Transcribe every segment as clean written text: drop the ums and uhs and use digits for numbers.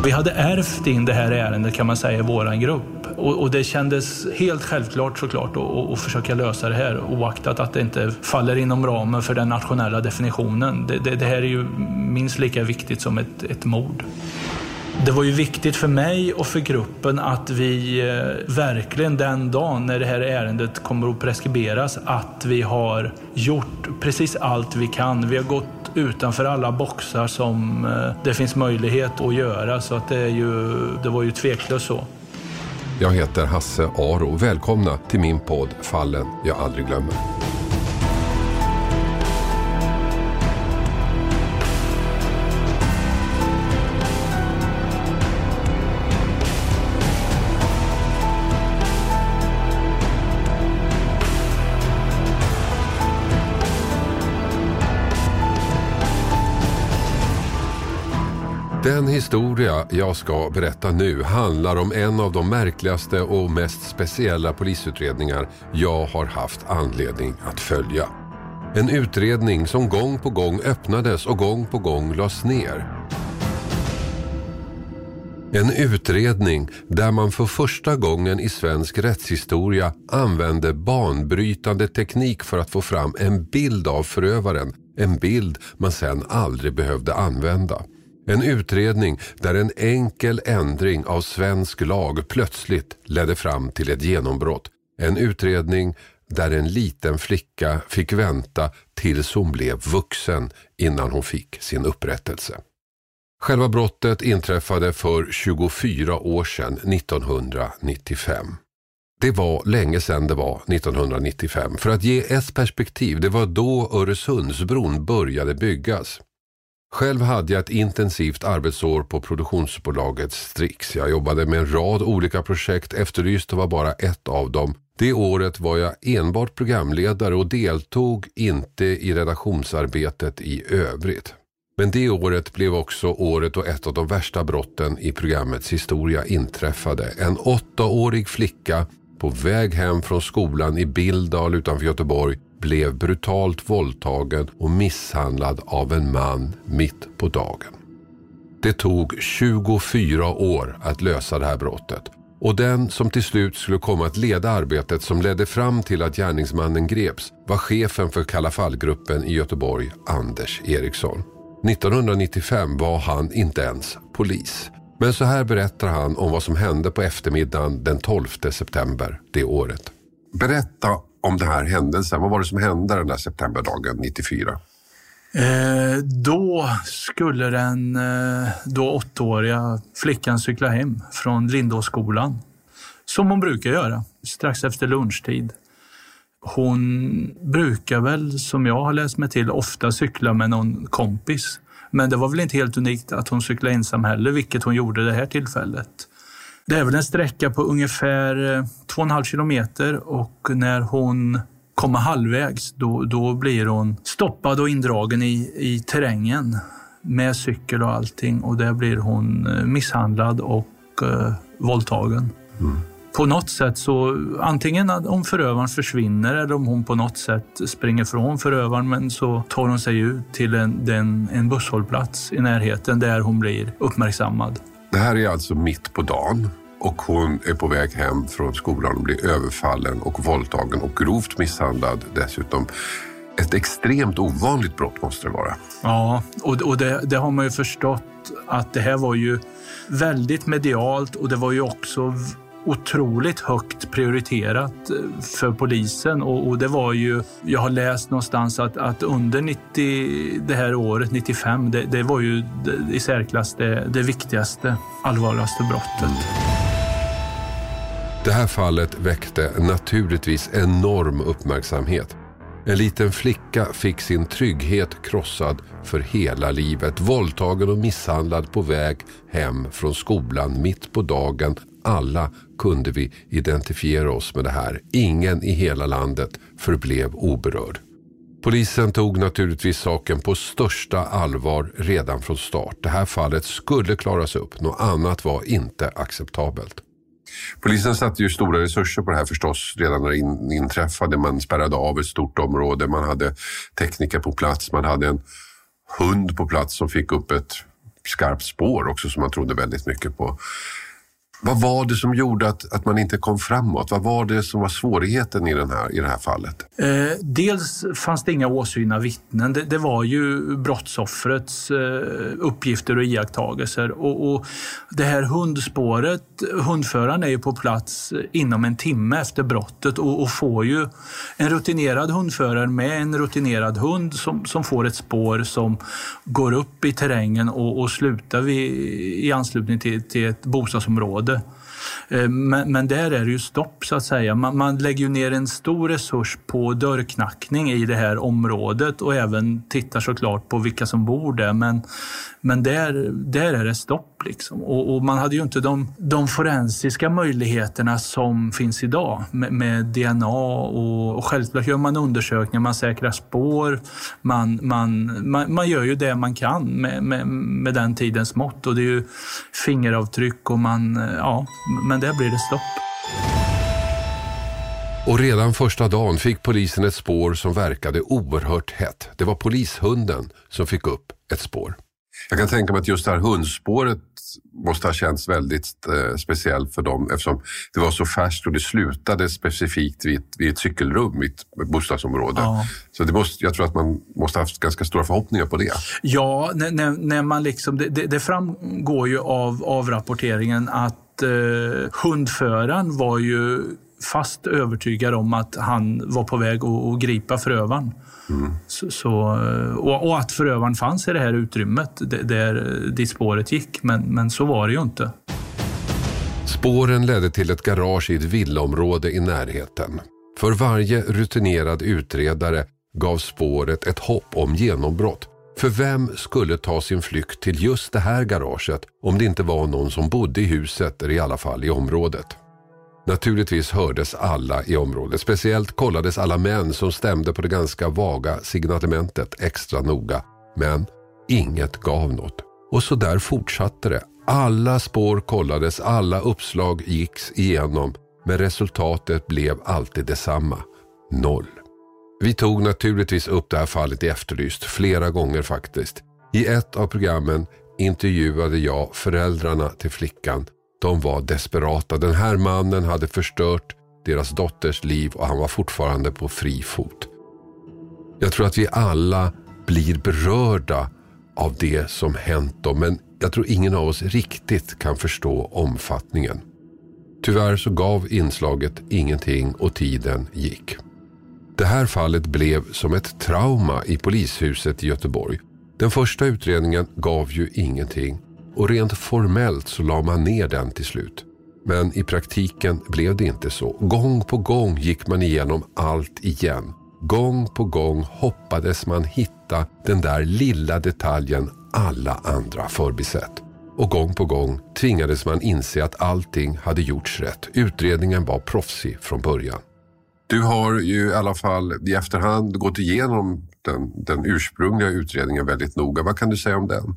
Vi hade ärvt in det här ärendet kan man säga i våran grupp. Och det kändes helt självklart såklart att försöka lösa det här oaktat att det inte faller inom ramen för den nationella definitionen. Det här är ju minst lika viktigt som ett mord. Det var ju viktigt för mig och för gruppen att vi verkligen den dagen när det här ärendet kommer att preskriberas att vi har gjort precis allt vi kan. Vi har gått utanför alla boxar som det finns möjlighet att göra så att det var ju tveklöst så. Jag heter Hasse Aro. Välkomna till min podd Fallen jag aldrig glömmer. Den historia jag ska berätta nu handlar om en av de märkligaste och mest speciella polisutredningar jag har haft anledning att följa. En utredning som gång på gång öppnades och gång på gång lades ner. En utredning där man för första gången i svensk rättshistoria använde banbrytande teknik för att få fram en bild av förövaren. En bild man sedan aldrig behövde använda. En utredning där en enkel ändring av svensk lag plötsligt ledde fram till ett genombrott. En utredning där en liten flicka fick vänta tills hon blev vuxen innan hon fick sin upprättelse. Själva brottet inträffade för 24 år sedan, 1995. Det var länge sedan det var 1995. För att ge ett perspektiv, det var då Öresundsbron började byggas. Själv hade jag ett intensivt arbetsår på produktionsbolaget Strix. Jag jobbade med en rad olika projekt, Efterlyst var bara ett av dem. Det året var jag enbart programledare och deltog inte i redaktionsarbetet i övrigt. Men det året blev också året då ett av de värsta brotten i programmets historia inträffade. En 8-årig flicka på väg hem från skolan i Billdal utanför Göteborg blev brutalt våldtagen och misshandlad av en man mitt på dagen. Det tog 24 år att lösa det här brottet. Och den som till slut skulle komma att leda arbetet som ledde fram till att gärningsmannen greps var chefen för Kalla fall-gruppen i Göteborg, Anders Eriksson. 1995 var han inte ens polis. Men så här berättar han om vad som hände på eftermiddagen den 12 september det året. Berätta om den här händelsen. Vad var det som hände den där septemberdagen 94? Då skulle den då 8-åriga flickan cykla hem från Lindåsskolan. Som hon brukar göra, strax efter lunchtid. Hon brukar väl, som jag har läst mig till, ofta cykla med någon kompis. Men det var väl inte helt unikt att hon cyklade ensam heller, vilket hon gjorde det här tillfället. Det är väl en sträcka på ungefär 2,5 kilometer och när hon kommer halvvägs då blir hon stoppad och indragen i terrängen med cykel och allting. Och där blir hon misshandlad och våldtagen. Mm. På något sätt så, antingen om förövaren försvinner eller om hon på något sätt springer från förövaren, men så tar hon sig ut till en busshållplats i närheten där hon blir uppmärksammad. Det här är alltså mitt på dagen och hon är på väg hem från skolan och blir överfallen och våldtagen och grovt misshandlad dessutom. Ett extremt ovanligt brott måste det vara. Ja, och det har man ju förstått att det här var ju väldigt medialt och det var ju också otroligt högt prioriterat för polisen och det var ju, jag har läst någonstans att under det här året 95, det var ju i särklass det viktigaste, allvarligaste brottet. Det här fallet väckte naturligtvis enorm uppmärksamhet. En liten flicka fick sin trygghet krossad för hela livet, våldtagen och misshandlad på väg hem från skolan mitt på dagen. Alla kunde vi identifiera oss med det här. Ingen i hela landet förblev oberörd. Polisen tog naturligtvis saken på största allvar redan från start. Det här fallet skulle klaras upp. Något annat var inte acceptabelt. Polisen satte ju stora resurser på det här förstås redan när det inträffade. Man spärrade av ett stort område. Man hade tekniker på plats. Man hade en hund på plats som fick upp ett skarpt spår också som man trodde väldigt mycket på. Vad var det som gjorde att man inte kom framåt? Vad var det som var svårigheten i det här fallet? Dels fanns det inga åsyna vittnen. Det var ju brottsoffrets uppgifter och iakttagelser. Och det här hundspåret, hundföraren är ju på plats inom en timme efter brottet och får ju en rutinerad hundförare med en rutinerad hund som får ett spår som går upp i terrängen och slutar i anslutning till ett bostadsområde. Men där är det ju stopp så att säga. Man lägger ju ner en stor resurs på dörrknackning i det här området och även tittar såklart på vilka som bor där. Men där är det stopp liksom. Och man hade ju inte de forensiska möjligheterna som finns idag med DNA och självklart gör man undersökningar, man säkrar spår, man gör ju det man kan med den tidens mått och det är ju fingeravtryck och men där blir det stopp. Och redan första dagen fick polisen ett spår som verkade oerhört hett. Det var polishunden som fick upp ett spår. Jag kan tänka mig att just det här hundspåret måste ha känts väldigt speciellt för dem eftersom det var så färskt och det slutade specifikt vid ett cykelrum i ett bostadsområde. Ja. Så jag tror att man måste ha haft ganska stora förhoppningar på det. Ja, när man liksom, det framgår ju av rapporteringen att hundföraren var ju fast övertygad om att han var på väg att gripa förövaren. Och att förövaren fanns i det här utrymmet där spåret gick, men så var det ju inte. Spåren ledde till ett garage i ett villaområde i närheten. För varje rutinerad utredare gav spåret ett hopp om genombrott. För vem skulle ta sin flykt till just det här garaget om det inte var någon som bodde i huset eller i alla fall i området? Naturligtvis hördes alla i området. Speciellt kollades alla män som stämde på det ganska vaga signalementet extra noga. Men inget gav något. Och så där fortsatte det. Alla spår kollades, alla uppslag gicks igenom. Men resultatet blev alltid detsamma. 0. Vi tog naturligtvis upp det här fallet i Efterlyst flera gånger faktiskt. I ett av programmen intervjuade jag föräldrarna till flickan. De var desperata. Den här mannen hade förstört deras dotters liv och han var fortfarande på fri fot. Jag tror att vi alla blir berörda av det som hänt dem, men jag tror ingen av oss riktigt kan förstå omfattningen. Tyvärr så gav inslaget ingenting och tiden gick. Det här fallet blev som ett trauma i polishuset i Göteborg. Den första utredningen gav ju ingenting. Och rent formellt så la man ner den till slut. Men i praktiken blev det inte så. Gång på gång gick man igenom allt igen. Gång på gång hoppades man hitta den där lilla detaljen alla andra förbisett. Och gång på gång tvingades man inse att allting hade gjorts rätt. Utredningen var proffsig från början. Du har ju i alla fall i efterhand gått igenom den ursprungliga utredningen väldigt noga. Vad kan du säga om den?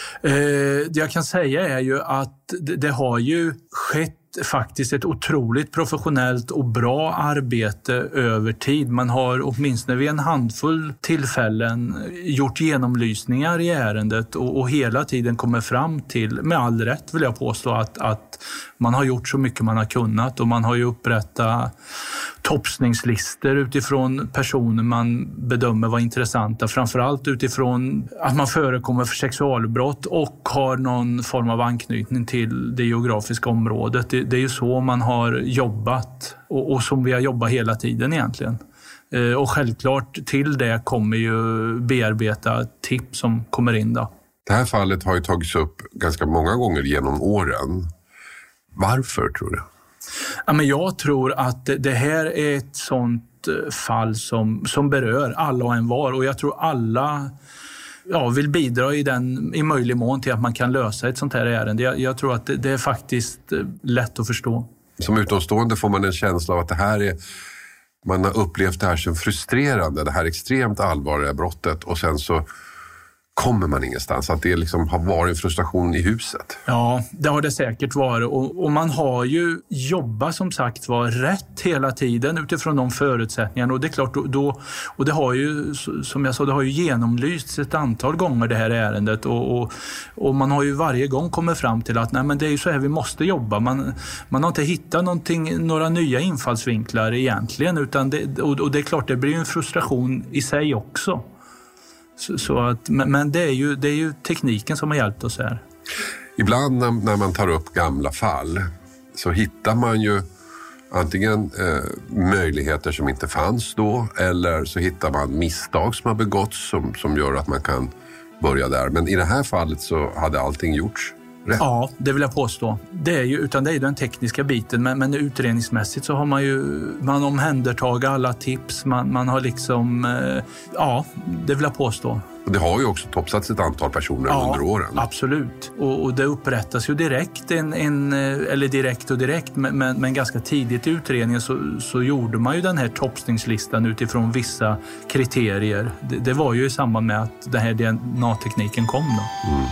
Det jag kan säga är ju att det har ju skett faktiskt ett otroligt professionellt och bra arbete över tid. Man har åtminstone vid en handfull tillfällen gjort genomlysningar i ärendet och hela tiden kommer fram till, med all rätt vill jag påstå, att man har gjort så mycket man har kunnat och man har ju upprättat topsningslistor utifrån personer man bedömer vara intressanta. Framförallt utifrån att man förekommer för sexualbrott och har någon form av anknytning till det geografiska området. Det är ju så man har jobbat och som vi har jobbat hela tiden egentligen. Och självklart till det kommer ju bearbeta tips som kommer in då. Det här fallet har ju tagits upp ganska många gånger genom åren. Varför tror du? Ja, men jag tror att det här är ett sånt fall som berör alla och en var. Och jag tror alla vill bidra i möjlig mån till att man kan lösa ett sånt här ärende. Jag tror att det är faktiskt lätt att förstå. Som utomstående får man en känsla av att man har upplevt det här som frustrerande. Det här extremt allvarliga brottet och sen så kommer man ingenstans. Att det liksom har varit en frustration i huset. Ja, det har det säkert varit. Och man har ju jobbat som sagt var rätt hela tiden utifrån de förutsättningarna. Och det är klart, och det har ju, som jag sa, det har ju genomlysts ett antal gånger det här ärendet. Och man har ju varje gång kommit fram till att nej, men det är ju så här vi måste jobba. Man har inte hittat några nya infallsvinklar egentligen. Utan och det är klart, det blir ju en frustration i sig också. Men det är ju tekniken som har hjälpt oss här. Ibland när man tar upp gamla fall så hittar man ju antingen möjligheter som inte fanns då, eller så hittar man misstag som har begåtts som gör att man kan börja där. Men i det här fallet så hade allting gjorts rätt. Ja, det vill jag påstå. Det är ju den tekniska biten, men utredningsmässigt så har man omhändertagit alla tips. Man har liksom, det vill jag påstå. Och det har ju också toppsats ett antal personer under åren. Absolut. Och det upprättas ju direkt, men ganska tidigt i utredningen så gjorde man ju den här toppsningslistan utifrån vissa kriterier. Det var ju i samband med att den här DNA-tekniken kom då. Mm.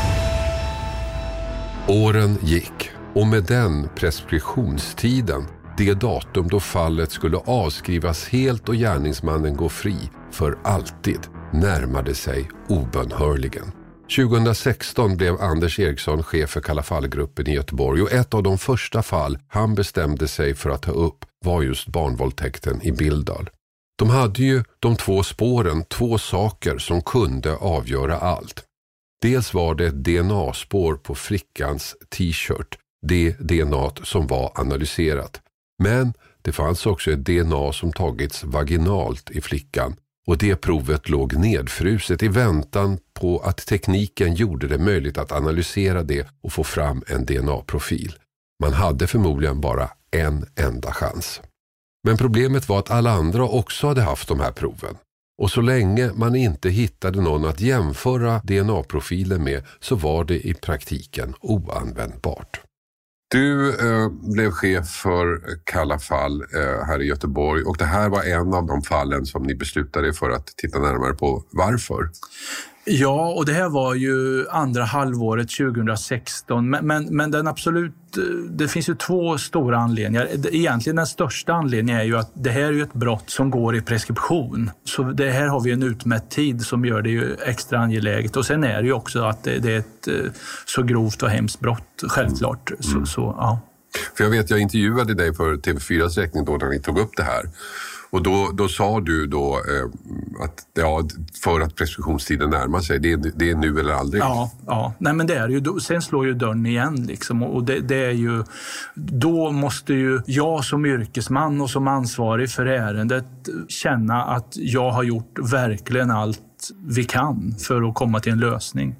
Åren gick och med den preskriptionstiden, det datum då fallet skulle avskrivas helt och gärningsmannen gå fri för alltid, närmade sig obönhörligen. 2016 blev Anders Eriksson chef för Kalla fall-gruppen i Göteborg och ett av de första fall han bestämde sig för att ta upp var just barnvåldtäkten i Billdal. De hade ju de två spåren, två saker som kunde avgöra allt. Dels var det ett DNA-spår på flickans t-shirt, det DNA som var analyserat. Men det fanns också ett DNA som tagits vaginalt i flickan och det provet låg nedfruset i väntan på att tekniken gjorde det möjligt att analysera det och få fram en DNA-profil. Man hade förmodligen bara en enda chans. Men problemet var att alla andra också hade haft de här proven. Och så länge man inte hittade någon att jämföra DNA-profilen med så var det i praktiken oanvändbart. Du blev chef för Kalla fall här i Göteborg och det här var en av de fallen som ni beslutade för att titta närmare på. Varför? Ja, och det här var ju andra halvåret 2016. Men den absolut, det finns ju två stora anledningar. Egentligen den största anledningen är ju att det här är ju ett brott som går i preskription. Så det här har vi en utmätt tid som gör det ju extra angeläget. Och sen är det ju också att det är ett så grovt och hemskt brott, självklart. Så, ja. För jag vet, jag intervjuade dig för TV4s räkning då när ni tog upp det här. Och då sa du då att för att preskriptionstiden närmar sig, det är nu eller aldrig. Ja. Nej, men det är ju, sen slår ju dörren igen liksom, och det är ju, då måste ju jag som yrkesman och som ansvarig för ärendet känna att jag har gjort verkligen allt vi kan för att komma till en lösning.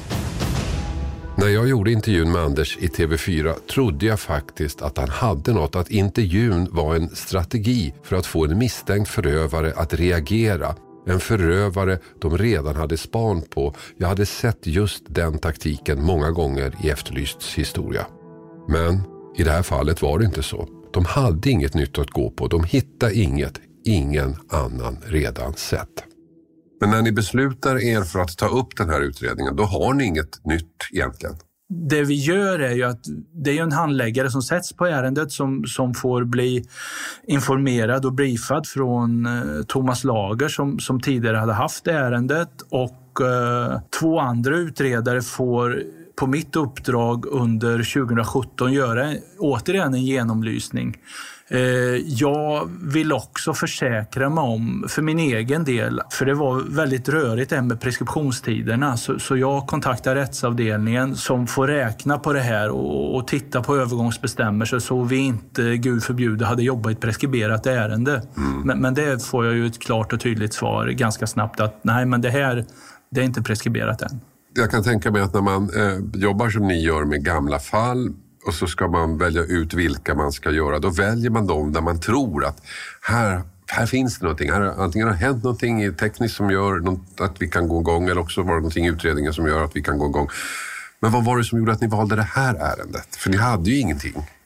När jag gjorde intervjun med Anders i TV4 trodde jag faktiskt att han hade något, att intervjun var en strategi för att få en misstänkt förövare att reagera. En förövare de redan hade span på. Jag hade sett just den taktiken många gånger i Efterlysts historia. Men i det här fallet var det inte så. De hade inget nytt att gå på. De hittade ingen annan redan sett. Men när ni beslutar er för att ta upp den här utredningen, då har ni inget nytt egentligen. Det vi gör är ju att det är en handläggare som sätts på ärendet som får bli informerad och briefad från Thomas Lager som tidigare hade haft ärendet, och två andra utredare får på mitt uppdrag under 2017 göra återigen en genomlysning. Jag vill också försäkra mig om för min egen del, för det var väldigt rörigt det med preskriptionstiderna, så jag kontaktar rättsavdelningen som får räkna på det här och titta på övergångsbestämmelser så vi inte, Gud förbjude, hade jobbat i ett preskriberat ärende. Men det får jag ju ett klart och tydligt svar ganska snabbt att nej, men det här, det är inte preskriberat än. Jag kan tänka mig att när man jobbar som ni gör med gamla fall och så ska man välja ut vilka man ska göra, då väljer man dem där man tror att här finns det någonting. Här antingen har hänt någonting tekniskt som gör att vi kan gå igång, eller också var det någonting i utredningen som gör att vi kan gå igång. Men vad var det som gjorde att ni valde det här ärendet? För ni hade ju ingenting.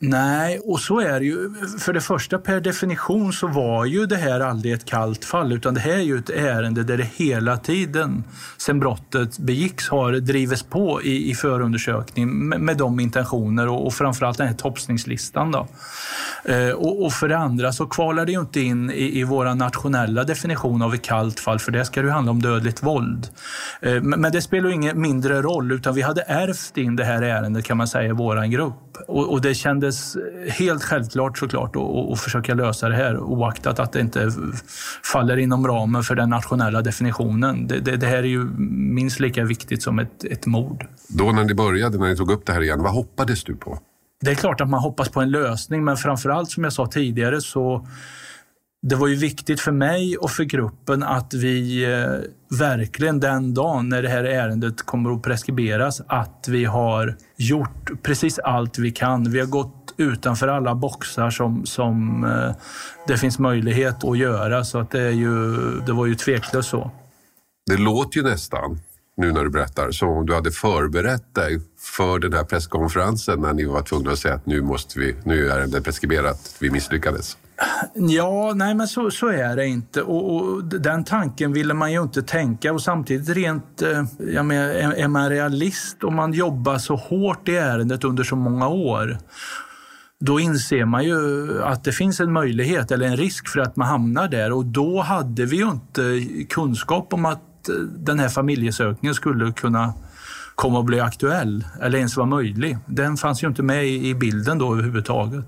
Nej, och så är det ju. För det första, per definition så var ju det här aldrig ett kallt fall, utan det här är ju ett ärende där det hela tiden sen brottet begicks har drivits på i förundersökning med de intentioner och framförallt den här topsningslistan då. Och för det andra så kvalar det ju inte in i våra nationella definition av ett kallt fall, för det ska ju handla om dödligt våld. Men det spelar ju ingen mindre roll, utan vi hade ärvt in det här ärendet, kan man säga, i våran grupp. Och det kändes helt självklart såklart att försöka lösa det här, oaktat att det inte faller inom ramen för den nationella definitionen. Det här är ju minst lika viktigt som ett mord. Då när ni tog upp det här igen, vad hoppades du på? Det är klart att man hoppas på en lösning, men framförallt som jag sa tidigare så det var ju viktigt för mig och för gruppen att vi verkligen den dagen när det här ärendet kommer att preskriberas, att vi har gjort precis allt vi kan. Vi har gått utanför alla boxar som det finns möjlighet att göra, så att det var ju tveklöst så. Det låter ju nästan, nu när du berättar, som om du hade förberett dig för den här presskonferensen när ni var tvungna att säga att nu är det preskriberat, vi misslyckades. Ja, nej men så är det inte, och den tanken ville man ju inte tänka, och samtidigt rent, är man realist och man jobbar så hårt i ärendet under så många år, då inser man ju att det finns en möjlighet eller en risk för att man hamnar där, och då hade vi ju inte kunskap om att den här familjesökningen skulle kunna komma att bli aktuell eller ens vara möjlig. Den fanns ju inte med i bilden då överhuvudtaget.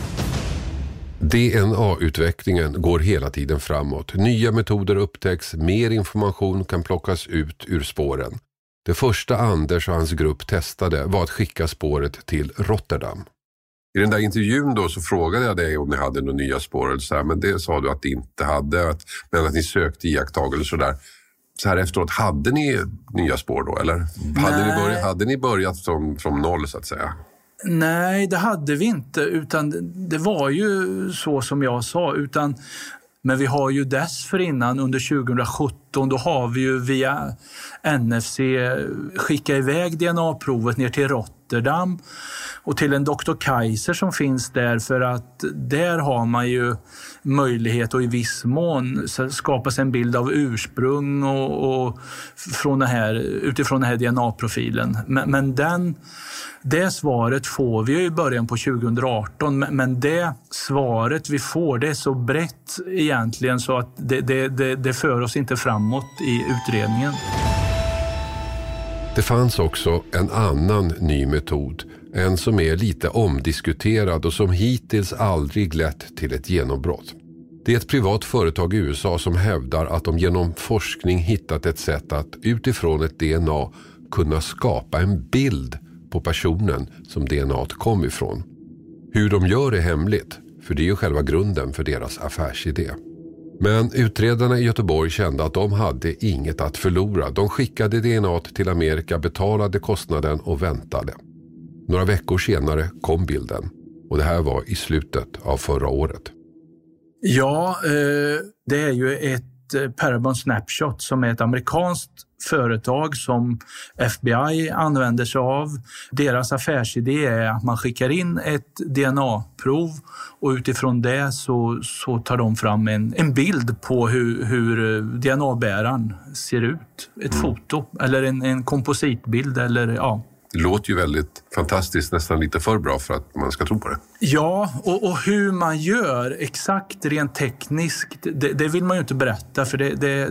DNA-utvecklingen går hela tiden framåt. Nya metoder upptäcks, mer information kan plockas ut ur spåren. Det första Anders och hans grupp testade var att skicka spåret till Rotterdam. I den där intervjun då så frågade jag dig om ni hade några nya spår eller så här, men det sa du att ni inte hade, men att ni sökte iakttagelser och sådär. Så här efteråt, hade ni nya spår då, eller? Hade ni börjat från noll så att säga? Nej, det hade vi inte, utan det var ju så som jag sa, men vi har ju dessförinnan under 2017, då har vi ju via NFC skickat iväg DNA-provet ner till Rotterdam och till en Dr. Kaiser som finns där, för att där har man ju möjlighet att i viss mån skapa sig en bild av ursprung och utifrån den här DNA-profilen. Men det svaret får vi ju i början på 2018, men det svaret vi får, det är så brett egentligen så att det för oss inte framåt i utredningen. Det fanns också en annan ny metod, en som är lite omdiskuterad och som hittills aldrig lett till ett genombrott. Det är ett privat företag i USA som hävdar att de genom forskning hittat ett sätt att utifrån ett DNA kunna skapa en bild på personen som DNA kom ifrån. Hur de gör är hemligt, för det är ju själva grunden för deras affärsidé. Men utredarna i Göteborg kände att de hade inget att förlora. De skickade DNA till Amerika, betalade kostnaden och väntade. Några veckor senare kom bilden, och det här var i slutet av förra året. Ja, det är ju ett Parabon Snapshot som är ett amerikanskt företag som FBI använder sig av. Deras affärsidé är att man skickar in ett DNA-prov och utifrån det så tar de fram en bild på hur DNA-bäraren ser ut. Ett foto eller en kompositbild eller ja. Det låter ju väldigt fantastiskt, nästan lite för bra för att man ska tro på det. Ja, och hur man gör exakt rent tekniskt, det vill man ju inte berätta, för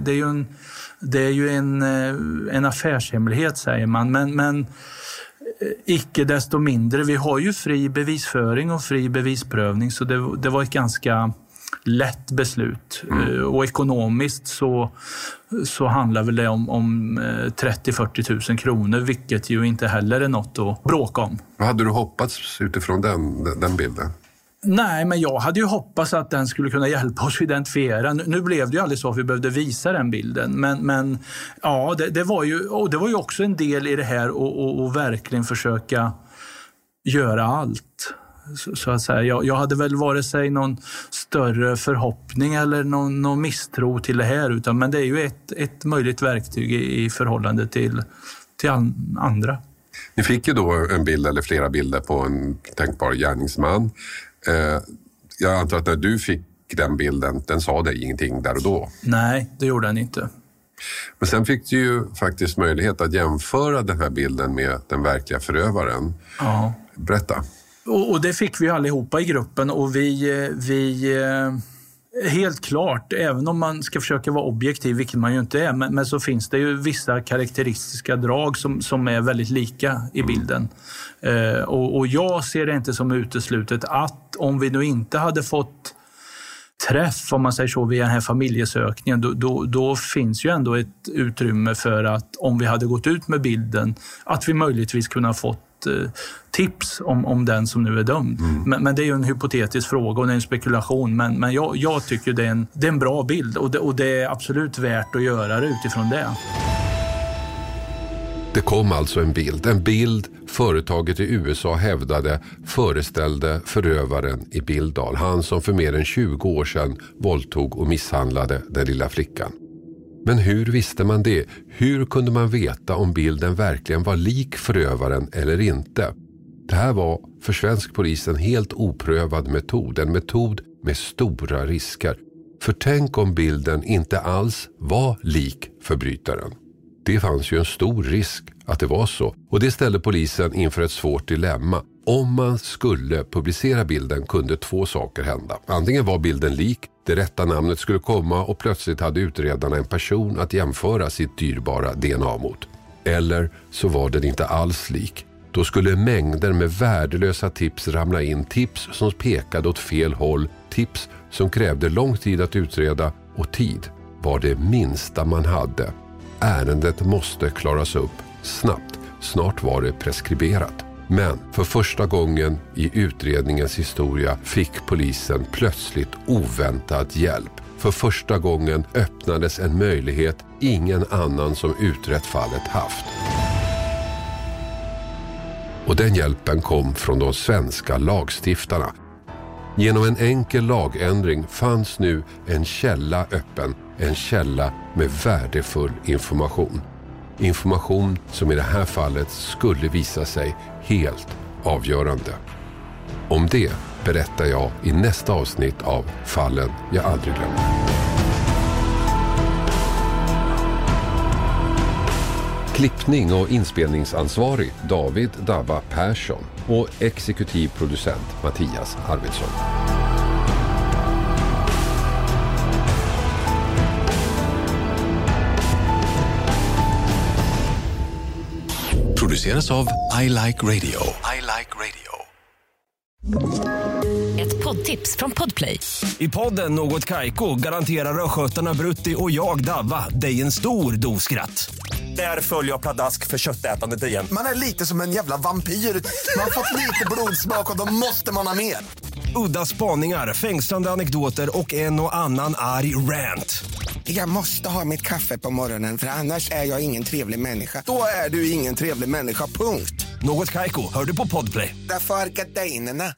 det är ju en affärshemlighet, säger man. Men icke desto mindre, vi har ju fri bevisföring och fri bevisprövning, så det var ett ganska lätt beslut. Och ekonomiskt så handlar väl det om 30-40 000 kronor, vilket ju inte heller är något att bråka om. Vad hade du hoppats utifrån den bilden? Nej, men jag hade ju hoppats att den skulle kunna hjälpa oss att identifiera. Nu blev det ju aldrig så att vi behövde visa den bilden. Men ja, det var ju också en del i det här och verkligen försöka göra allt. Så att säga. Jag hade väl vare sig någon större förhoppning eller någon misstro till det här, men det är ju ett möjligt verktyg i förhållande till andra. Ni fick ju då en bild eller flera bilder på en tänkbar gärningsman. Jag antar att när du fick den bilden, den sa dig ingenting där och då? Nej, det gjorde den inte. Men sen fick du ju faktiskt möjlighet att jämföra den här bilden med den verkliga förövaren. Ja. Berätta. Och det fick vi allihopa i gruppen, och vi helt klart, även om man ska försöka vara objektiv, vilket man ju inte är, men så finns det ju vissa karaktäristiska drag som är väldigt lika i bilden. Och jag ser det inte som uteslutet att om vi nu inte hade fått träff, om man säger så, via den här familjesökningen, då finns ju ändå ett utrymme för att om vi hade gått ut med bilden, att vi möjligtvis kunde ha fått tips om den som nu är dömd. Men det är ju en hypotetisk fråga och det är en spekulation, men jag tycker det är en bra bild, och det är absolut värt att göra det utifrån det. Det kom alltså en bild företaget i USA hävdade föreställde förövaren i Billdal, han som för mer än 20 år sedan våldtog och misshandlade den lilla flickan. Men hur visste man det? Hur kunde man veta om bilden verkligen var lik förövaren eller inte? Det här var för svensk polis en helt oprövad metod, en metod med stora risker. För tänk om bilden inte alls var lik förbrytaren. Det fanns ju en stor risk att det var så, och det ställde polisen inför ett svårt dilemma. Om man skulle publicera bilden kunde 2 saker hända. Antingen var bilden lik, det rätta namnet skulle komma och plötsligt hade utredarna en person att jämföra sitt dyrbara DNA mot. Eller så var den inte alls lik. Då skulle mängder med värdelösa tips ramla in, tips som pekade åt fel håll, tips som krävde lång tid att utreda, och tid var det minsta man hade. Ärendet måste klaras upp snabbt, snart var det preskriberat. Men för första gången i utredningens historia fick polisen plötsligt oväntad hjälp. För första gången öppnades en möjlighet ingen annan som utrett fallet haft. Och den hjälpen kom från de svenska lagstiftarna. Genom en enkel lagändring fanns nu en källa öppen, en källa med värdefull information. Information som i det här fallet skulle visa sig helt avgörande. Om det berättar jag i nästa avsnitt av Fallen jag aldrig glömmer. Klippning och inspelningsansvarig David Dabba Persson och exekutiv producent Mattias Arvidsson. Produceras av I Like Radio. I Like Radio. Ett poddtips från Podplay. I podden Något Kaiko garanterar röskötarna Brutti och jag Davva dig en stor doskratt. Där följer jag pladask för köttätandet igen. Man är lite som en jävla vampyr. Man har fått lite blodsmak och då måste man ha mer. Udda spaningar, fängslande anekdoter och en och annan arg rant. Jag måste ha mitt kaffe på morgonen, för annars är jag ingen trevlig människa. Då är du ingen trevlig människa, punkt. Något Kaiko, hör du på Podplay. Därför är gardinerna.